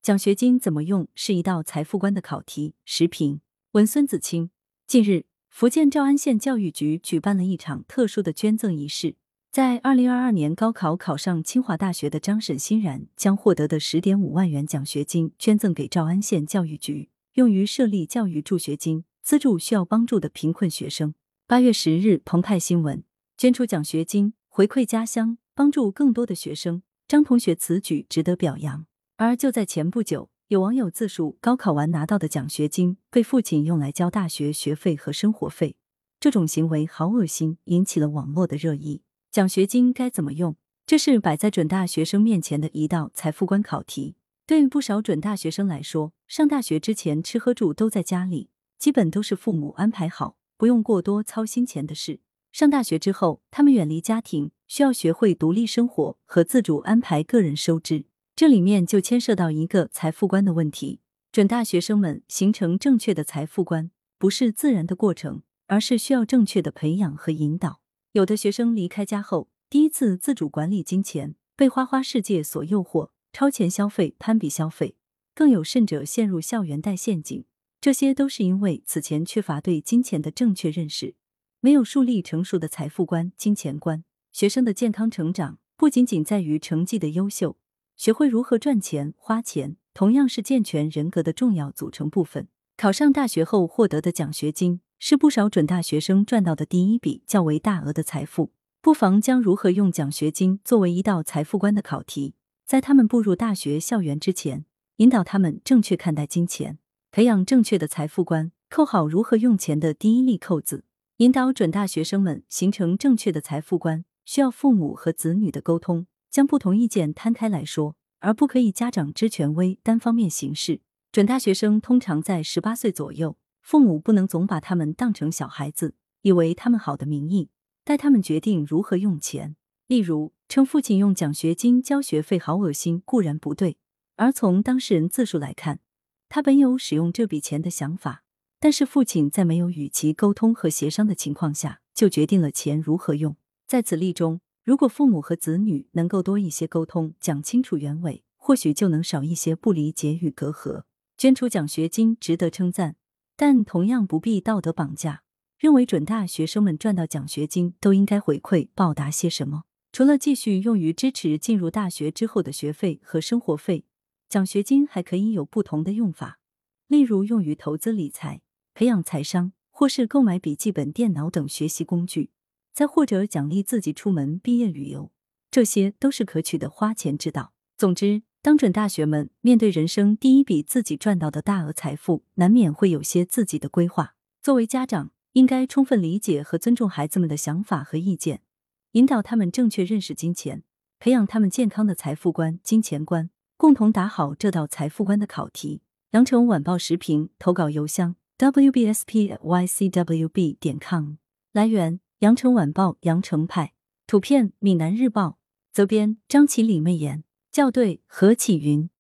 奖学金怎么用是一道财富观的考题。时评文孙子清。近日，福建诏安县教育局举办了一场特殊的捐赠仪式。在2022年高考考上清华大学的张沈欣然将获得的10.5万元奖学金捐赠给诏安县教育局，用于设立教育助学金，资助需要帮助的贫困学生。8月10日，澎湃新闻。捐出奖学金，回馈家乡，帮助更多的学生，张同学此举值得表扬。而就在前不久，有网友自述高考完拿到的奖学金被父亲用来交大学学费和生活费，这种行为好恶心，引起了网络的热议。奖学金该怎么用？这是摆在准大学生面前的一道财富观考题。对于不少准大学生来说，上大学之前吃喝住都在家里，基本都是父母安排好，不用过多操心钱的事。上大学之后，他们远离家庭，需要学会独立生活和自主安排个人收支。这里面就牵涉到一个财富观的问题。准大学生们形成正确的财富观，不是自然的过程，而是需要正确的培养和引导。有的学生离开家后，第一次自主管理金钱，被花花世界所诱惑，超前消费、攀比消费，更有甚者陷入校园贷陷阱。这些都是因为此前缺乏对金钱的正确认识，没有树立成熟的财富观、金钱观。学生的健康成长不仅仅在于成绩的优秀，学会如何赚钱、花钱，同样是健全人格的重要组成部分。考上大学后获得的奖学金，是不少准大学生赚到的第一笔较为大额的财富。不妨将如何用奖学金作为一道财富观的考题，在他们步入大学校园之前，引导他们正确看待金钱，培养正确的财富观，扣好如何用钱的第一粒扣子。引导准大学生们形成正确的财富观，需要父母和子女的沟通，将不同意见摊开来说，而不可以家长之权威单方面行事。准大学生通常在18岁左右，父母不能总把他们当成小孩子，以为他们好的名义，带他们决定如何用钱。例如，称父亲用奖学金交学费好恶心固然不对，而从当事人自述来看，他本有使用这笔钱的想法，但是父亲在没有与其沟通和协商的情况下，就决定了钱如何用。在此例中，如果父母和子女能够多一些沟通，讲清楚原委，或许就能少一些不理解与隔阂。捐出奖学金值得称赞，但同样不必道德绑架，认为准大学生们赚到奖学金都应该回馈报答些什么。除了继续用于支持进入大学之后的学费和生活费，奖学金还可以有不同的用法，例如用于投资理财、培养财商，或是购买笔记本电脑等学习工具，再或者奖励自己出门毕业旅游，这些都是可取的花钱之道。总之，当准大学们面对人生第一笔自己赚到的大额财富，难免会有些自己的规划。作为家长，应该充分理解和尊重孩子们的想法和意见，引导他们正确认识金钱，培养他们健康的财富观、金钱观，共同打好这道财富观的考题。羊城晚报时评投稿邮箱 wbsp@ycwb.com。 来源：羊城晚报羊城派，图片：闽南日报，责编：张起李媚妍，校对：何启云。